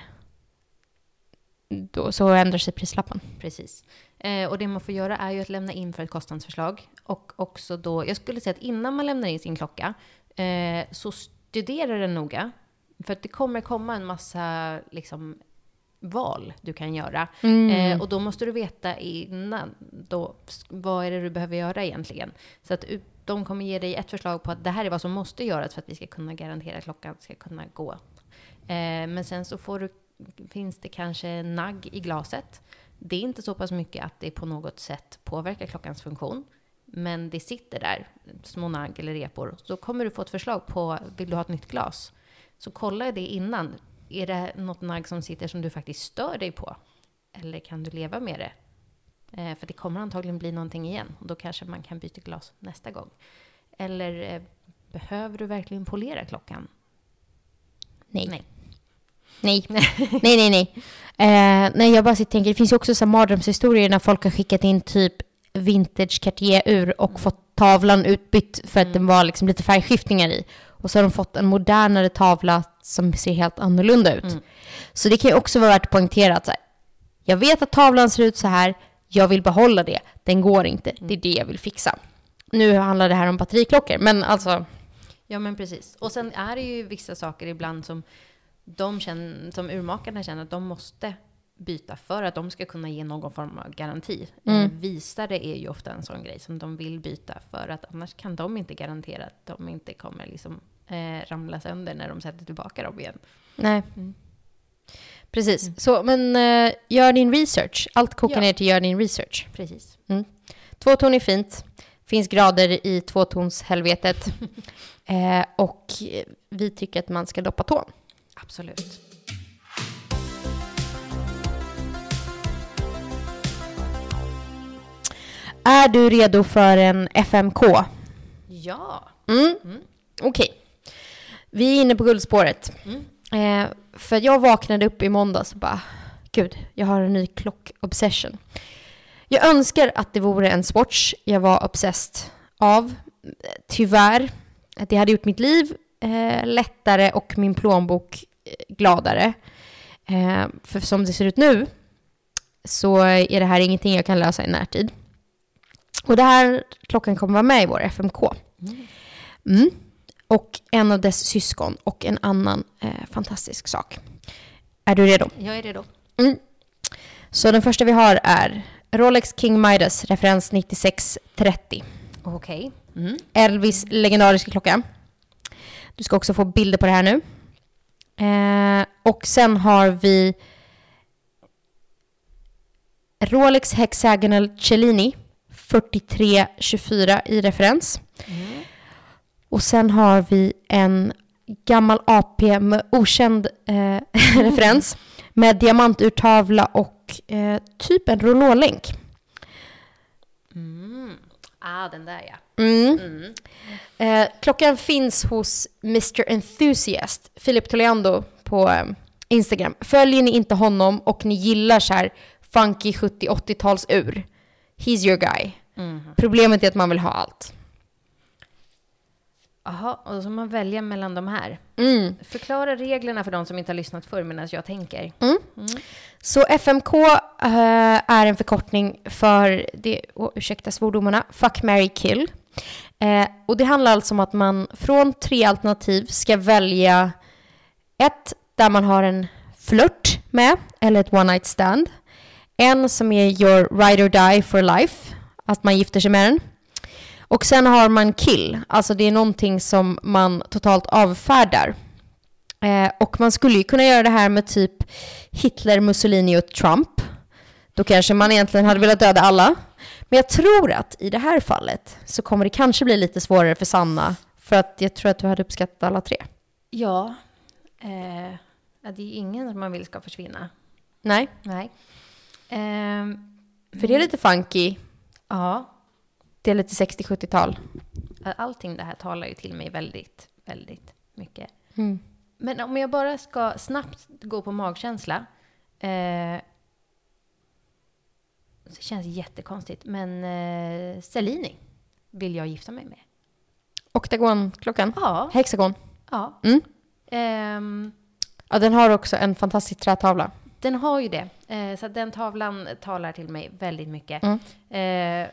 då så ändrar sig prislappen. Precis. Eh, och det man får göra är ju att lämna in för ett kostnadsförslag. Och också då, jag skulle säga att innan man lämnar in sin klocka, eh, så studera den noga. För att det kommer komma en massa liksom, val du kan göra. Mm. Eh, och då måste du veta innan då, vad är det du behöver göra egentligen. Så att de kommer ge dig ett förslag på att det här är vad som måste göras för att vi ska kunna garantera att klockan ska kunna gå. Eh, men sen så får du, finns det kanske nagg i glaset. Det är inte så pass mycket att det på något sätt påverkar klockans funktion. Men det sitter där, små nagg eller repor. Så kommer du få ett förslag på, vill du ha ett nytt glas? Så kolla det innan. Är det något nagg som sitter som du faktiskt stör dig på? Eller kan du leva med det? Eh, för det kommer antagligen bli någonting igen. Och då kanske man kan byta glas nästa gång. Eller eh, behöver du verkligen polera klockan? Nej. Nej. Nej, nej, nej, nej. Eh, nej, jag bara tänker, det finns ju också så mardrömshistorier när folk har skickat in typ vintage Cartier-ur och mm. fått tavlan utbytt för att mm. den var liksom lite färgskiftningar i. Och så har de fått en modernare tavla som ser helt annorlunda ut. Mm. Så det kan ju också vara värt att poängtera att så här, jag vet att tavlan ser ut så här, jag vill behålla det. Den går inte, mm. det är det jag vill fixa. Nu handlar det här om batteriklockor, men alltså... Ja, men precis. Och sen är det ju vissa saker ibland som de känner, som urmakarna känner att de måste byta för att de ska kunna ge någon form av garanti. Mm. Visare är ju ofta en sån grej som de vill byta för att annars kan de inte garantera att de inte kommer liksom eh, ramla sönder när de sätter tillbaka dem igen. Nej. Mm. Precis. Mm. Så, men eh, gör din research. Allt kokar ja. ner till gör din research. Precis. Mm. Tvåton är fint. Finns grader i tvåtonshelvetet. eh, och vi tycker att man ska doppa tån. Absolut. Är du redo för en F M K? Ja. Mm. Mm. Okej. Okay. Vi är inne på guldspåret. Mm. Eh, för jag vaknade upp i måndags och bara, gud, jag har en ny klock-obsession. Jag önskar att det vore en Swatch jag var obsessed av. Tyvärr. Det hade gjort mitt liv eh, lättare och min plånbok eh, gladare. Eh, för som det ser ut nu så är det här ingenting jag kan lösa i närtid. Och det här klockan kommer vara med i vår F M K. Mm. Mm. Och en av dess syskon och en annan eh, fantastisk sak. Är du redo? Jag är redo. Mm. Så den första vi har är Rolex King Midas, referens nittiosex trettio. Okej. Okay. Mm. Elvis legendariska klocka. Du ska också få bilder på det här nu. Eh, och sen har vi Rolex Hexagonal Cellini fyrtiotre tjugofyra i referens. Mm. Och sen har vi en gammal A P med okänd eh, mm. referens med diamanturtavla och eh, typ en rouleaulänk. Mm. Ah, den där ja. Mm. Mm. Eh, klockan finns hos mister Enthusiast, Philip Toleando på eh, Instagram. Följer ni inte honom och ni gillar så här funky sjuttio-åttio-tals ur, he's your guy. Mm. Problemet är att man vill ha allt. Jaha, och så får man välja mellan de här. Mm. Förklara reglerna för de som inte har lyssnat förr medan jag tänker. Mm. Mm. Så F M K uh, är en förkortning för, det, oh, ursäkta svordomarna, Fuck, Marry, Kill. Uh, och det handlar alltså om att man från tre alternativ ska välja ett där man har en flört med, eller ett one night stand. En som är your ride or die for life, att man gifter sig med den. Och sen har man kill, alltså det är någonting som man totalt avfärdar. Eh, och man skulle ju kunna göra det här med typ Hitler, Mussolini och Trump. Då kanske man egentligen hade velat döda alla. Men jag tror att i det här fallet så kommer det kanske bli lite svårare för Sanna. För att jag tror att du hade uppskattat alla tre. Ja, eh, det är ingen som man vill ska försvinna. Nej. Nej. Eh, för det är lite funky. Ja. Det är lite sextio-sjuttiotal. Allting det här talar ju till mig väldigt, väldigt mycket. Mm. Men om jag bara ska snabbt gå på magkänsla. Eh, så känns det jättekonstigt. Men eh, Cellini vill jag gifta mig med. Oktagonklockan? Ja. Hexagon? Ja. Mm. Eh, ja, den har också en fantastisk trätavla. Den har ju det. Eh, så den tavlan talar till mig väldigt mycket. Mm. Eh,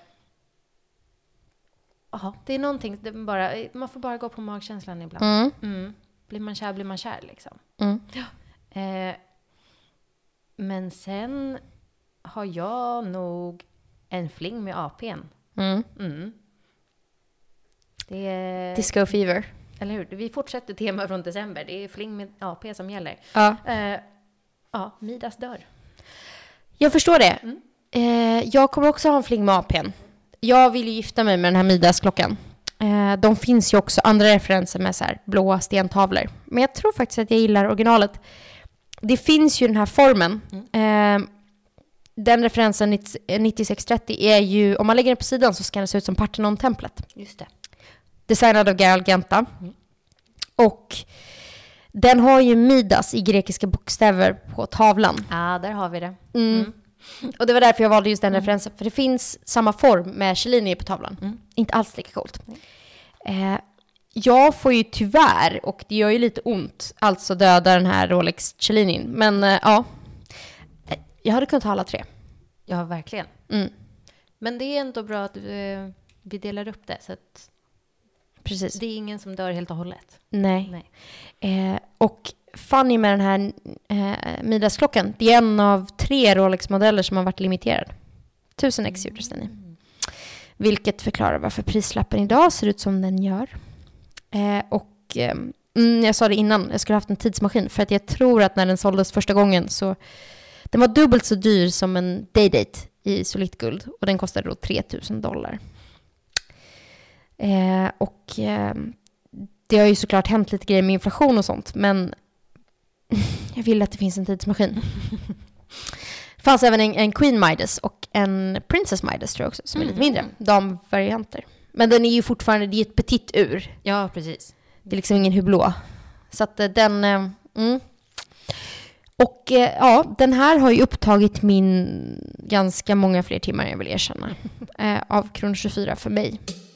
Ja, det är någonting, det bara, man får bara gå på magkänslan ibland. Mm. Mm. Blir man kär, blir man kär liksom. Mm. Ja. Eh, men sen har jag nog en fling med A P:n. Mm. Mm. Det är... Disco Fever. Eller hur? Vi fortsätter tema från december. Det är fling med A P som gäller. Ja, Eh, ja, Midas dör. jag förstår det. Mm. Eh, jag kommer också ha en fling med A P:n. Jag vill ju gifta mig med den här Midas-klockan. Eh, de finns ju också andra referenser med så här blåa stentavlor. Men jag tror faktiskt att jag gillar originalet. Det finns ju den här formen. Mm. Eh, den referensen nittiosex trettio är ju, om man lägger den på sidan så ska den se ut som Parthenon-templet. Just det. Designad av Gerald Genta. Mm. Och den har ju Midas i grekiska bokstäver på tavlan. Ja, ah, där har vi det. Mm. Mm. Och det var därför jag valde just den mm. referensen. För det finns samma form med Cellini på tavlan. Mm. Inte alls lika coolt. Mm. Eh, jag får ju tyvärr, och det gör ju lite ont, alltså döda den här Rolex Cellini. Men eh, ja, jag hade kunnat ha alla tre. Ja, verkligen. Mm. Men det är ändå bra att eh, vi delar upp det. Så att precis. Det är ingen som dör helt och hållet. Nej. Nej. Eh, och funny med den här eh, Midas-klockan, det är en av tre Rolex-modeller som har varit limiterad. Tusen ex gjordes den i. Vilket förklarar varför prislappen idag ser ut som den gör. Eh, och eh, mm, jag sa det innan, jag skulle haft en tidsmaskin. För att jag tror att när den såldes första gången så den var dubbelt så dyr som en Day-Date i solitt guld. Och den kostade då tre tusen dollar. Eh, och eh, det har ju såklart hänt lite grejer med inflation och sånt. Men jag vill att det finns en tidsmaskin. Det fanns även en, en Queen Midas och en Princess Midas tror jag också. Som är lite mindre. Damvarianter. Men den är ju fortfarande, det är ett petit ur. Ja, precis. Det är liksom ingen hublå. Så att den... Eh, mm. Och eh, ja, den här har ju upptagit min ganska många fler timmar jag vill erkänna. Eh, av Kron tjugofyra för mig.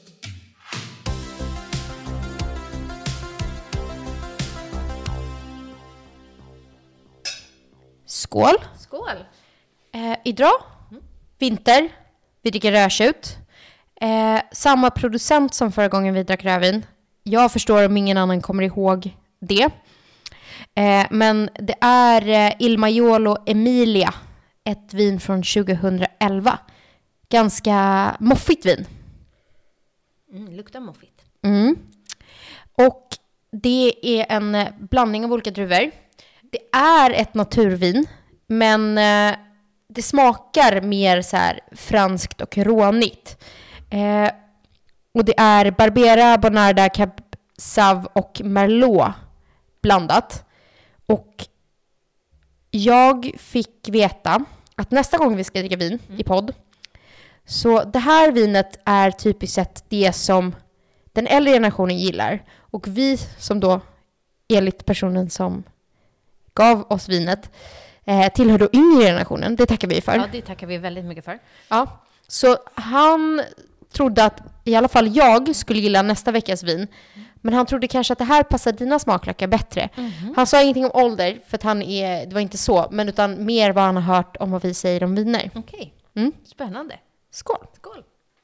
Skål. Skål. Eh, idag, mm. vinter, vi dricker rödtjut. Eh, samma producent som förra gången vi drack rödvin. Jag förstår om ingen annan kommer ihåg det. Eh, men det är eh, Il Maiolo Emilia. Ett vin från tjugohundraelva. Ganska moffigt vin. Mm, luktar moffigt. Mm. Och det är en blandning av olika druvor. Det är ett naturvin, men eh, det smakar mer så här franskt och rånigt. Eh, och det är Barbera, Bonarda, Cab Sav och Merlot blandat. Och jag fick veta att nästa gång vi ska dricka vin mm. i podd, så det här vinet är typiskt sett det som den äldre generationen gillar. Och vi som då, enligt personen som gav oss vinet, eh, tillhör då yngre generationen. Det tackar vi för. Ja, det tackar vi väldigt mycket för. Ja, så han trodde att i alla fall jag skulle gilla nästa veckas vin. Men han trodde kanske att det här passar dina smaklökar bättre. Mm-hmm. Han sa ingenting om ålder, för att han är, det var inte så. Men utan mer vad han har hört om vad vi säger om viner. Okej, okay. mm. Spännande. Skål. Skål.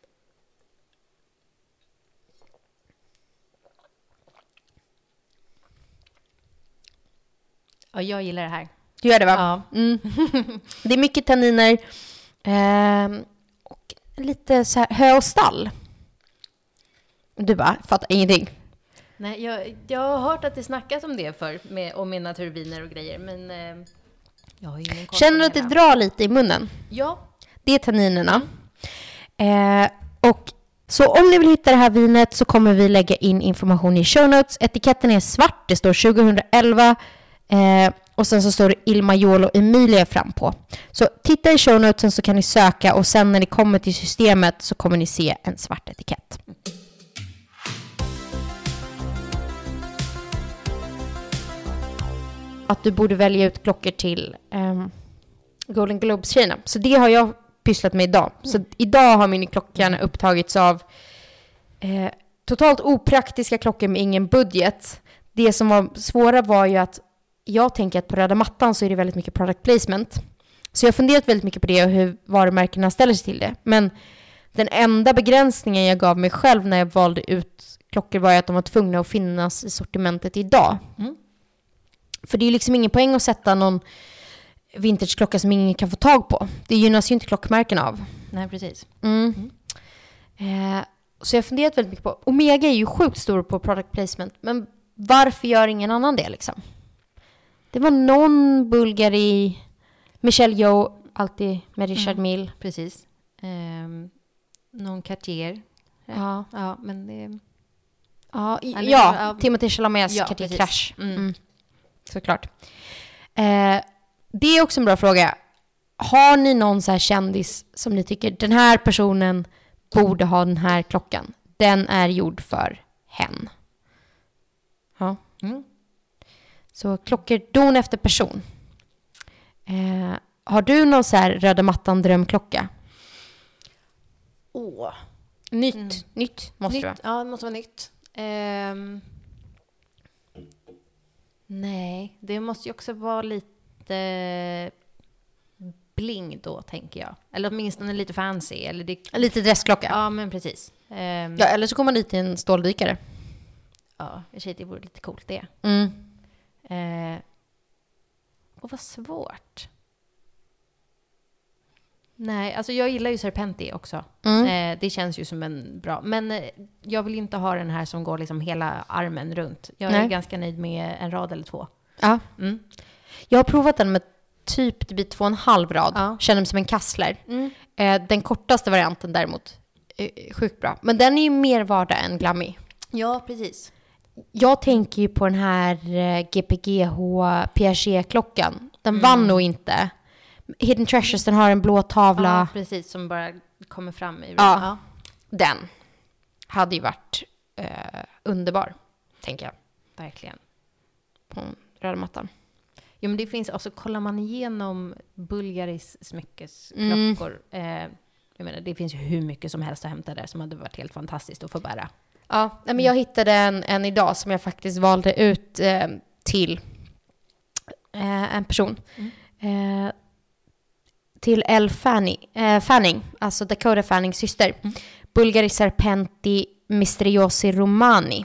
Ja, jag gillar det här. Du gör det, va? Ja. Mm. Det är mycket tanniner. Eh, och lite så här hö och stall. Du bara, fattar ingenting. Nej, jag, jag har hört att det snackas om det för med, om mina turbiner och grejer, men eh, jag har ingen koll. Känner du att det drar lite i munnen? Ja. Det är tanninerna. Eh, och så om ni vill hitta det här vinet så kommer vi lägga in information i show notes. Etiketten är svart, det står tjugoelva. Eh, och sen så står det Il Maiolo Emilia fram på. Så titta i show notesen så kan ni söka, och sen när ni kommer till systemet så kommer ni se en svart etikett. Att du borde välja ut klockor till um, Golden Globes-tjejerna. Så det har jag pysslat med idag. Mm. Så idag har min klockan upptagits av eh, totalt opraktiska klockor med ingen budget. Det som var svåra var ju att jag tänker att på röda mattan så är det väldigt mycket product placement. Så jag har funderat väldigt mycket på det och hur varumärkena ställer sig till det. Men den enda begränsningen jag gav mig själv när jag valde ut klockor var att de var tvungna att finnas i sortimentet idag. Mm. För det är liksom ingen poäng att sätta någon vintageklocka som ingen kan få tag på. Det gynnas ju inte klockmärken av. Nej, precis. Mm. Mm. Eh, så jag har funderat väldigt mycket på... Omega är ju sjukt stor på product placement. Men varför gör ingen annan det liksom? Det var någon Bulgari, Michel Yeoh, alltid med Richard mm. Mille. Precis. Um, någon Cartier. Ja. Ja, men det... Ja, i, ja, ja. Timothée Chalamets ja, Cartier Crash. Mm. Mm. Såklart. Eh, det är också en bra fråga. Har ni någon så här kändis som ni tycker, den här personen borde ha den här klockan? Den är gjord för hen. Ja. Mm. Så klockor don efter person. Eh, har du någon så här röda mattan drömklocka? Åh. Nytt. Mm. Nytt måste nytt, det vara. Ja, det måste vara nytt. Um, nej, det måste ju också vara lite bling då, tänker jag. Eller åtminstone lite fancy. Eller det... Lite dressklocka. Ja, men precis. Um, ja, eller så kommer man dit i en ståldykare. Ja, jag tycker det vore lite coolt det. Mm. Eh, och vad svårt. Nej, alltså jag gillar ju Serpenti också. Mm. Eh, det känns ju som en bra... Men eh, jag vill inte ha den här som går liksom hela armen runt. Jag Nej. är ganska nöjd med en rad eller två. Ja. Mm. Jag har provat den med typ det blir två och en halv rad. Ja. Känner mig som en kassler. Mm. Eh, den kortaste varianten däremot är sjukt bra. Men den är ju mer vardag än glammy. Ja, precis. Jag tänker ju på den här G P G H Piaget-klockan. Den mm. vann nog inte. Hidden Treasures, den har en blå tavla. Ja, precis. Som bara kommer fram i. Ja, ja. Den hade ju varit eh, underbar, tänker jag. Verkligen. På röda mattan. Ja, men det finns, alltså kollar man igenom Bulgaris smyckesklockor. Mm. Eh, jag menar, det finns ju hur mycket som helst att hämta där som hade varit helt fantastiskt att få bära. Ja, men jag hittade en, en idag som jag faktiskt valde ut eh, till eh, en person. Mm. Eh, till Elle Fanning, eh, Fanning, alltså Dakota Fannings syster. Mm. Bulgari Serpenti Misteriosi Romani.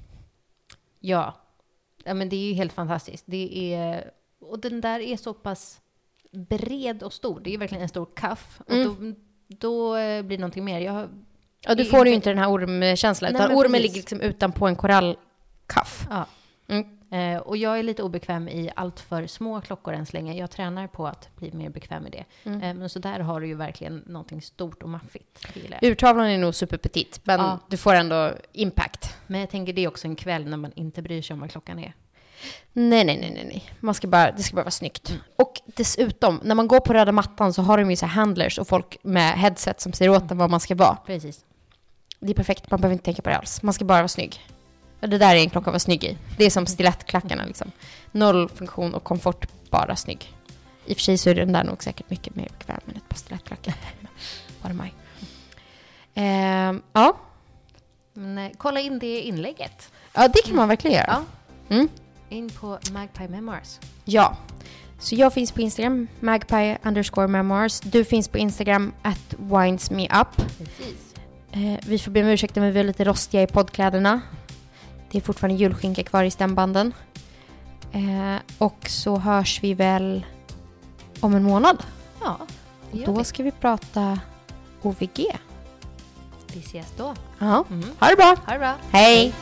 Ja. Ja, men det är ju helt fantastiskt. Det är, och den där är så pass bred och stor. Det är ju verkligen en stor kaff. Och mm. då, då blir det någonting mer. Jag Ja, du får ju inte den här ormkänslan. Utan ormen precis. ligger liksom utanpå en korallkaff. Ja. Mm. Eh, och jag är lite obekväm i allt för små klockor än så länge. Jag tränar på att bli mer bekväm med det. Mm. Eh, men så där har du ju verkligen någonting stort och maffigt. Urtavlan är nog superpetit. Men ja. du får ändå impact. Men jag tänker det är också en kväll när man inte bryr sig om vad klockan är. Nej, nej, nej, nej. Man ska bara, det ska bara vara snyggt. Mm. Och dessutom, när man går på röda mattan så har de ju så här handlers och folk med headset som säger åt dem vad man ska vara. Precis. Det är perfekt, man behöver inte tänka på det alls. Man ska bara vara snygg. Och det där är en klocka att vara snygg i. Det är som stilettklackarna liksom. Noll funktion och komfort, bara snygg. I och för sig så är den där nog säkert mycket mer bekväm än ett par stilettklackar. What am I? Ehm, ja. Men, kolla in det inlägget. Ja, det kan man verkligen göra. Ja. Mm. In på Magpie Memoirs. Ja. Så jag finns på Instagram, magpie underscore memoirs. Du finns på Instagram, at winesmeup. Precis. Eh, vi får be om ursäkt om vi är lite rostiga i poddkläderna. Det är fortfarande julskinka kvar i stämbanden. Eh, och så hörs vi väl om en månad. Ja, det gör Då vi. ska vi prata O V G. Vi ses då. Ja, Mm. ha det bra. Ha det bra. Hej!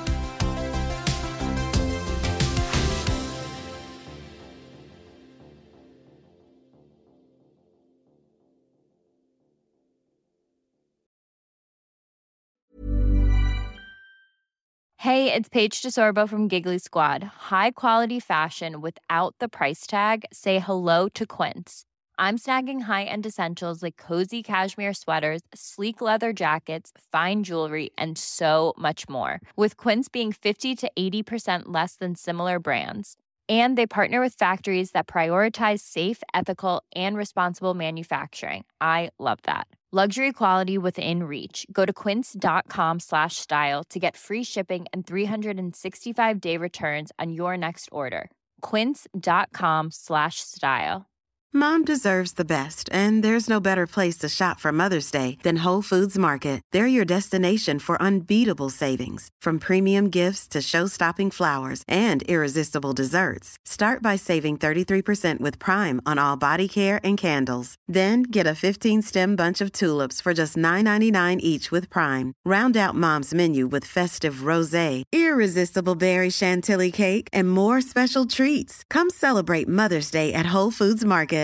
Hey, it's Paige DeSorbo from Giggly Squad. High quality fashion without the price tag. Say hello to Quince. I'm snagging high-end essentials like cozy cashmere sweaters, sleek leather jackets, fine jewelry, and so much more. With Quince being fifty to eighty percent less than similar brands. And they partner with factories that prioritize safe, ethical, and responsible manufacturing. I love that. Luxury quality within reach. Go to quince.com slash style to get free shipping and three sixty-five day returns on your next order. Quince.com slash style. Mom deserves the best, and there's no better place to shop for Mother's Day than Whole Foods Market. They're your destination for unbeatable savings, from premium gifts to show-stopping flowers and irresistible desserts. Start by saving thirty-three percent with Prime on all body care and candles. Then get a fifteen-stem bunch of tulips for just nine ninety-nine each with Prime. Round out Mom's menu with festive rosé, irresistible berry chantilly cake, and more special treats. Come celebrate Mother's Day at Whole Foods Market.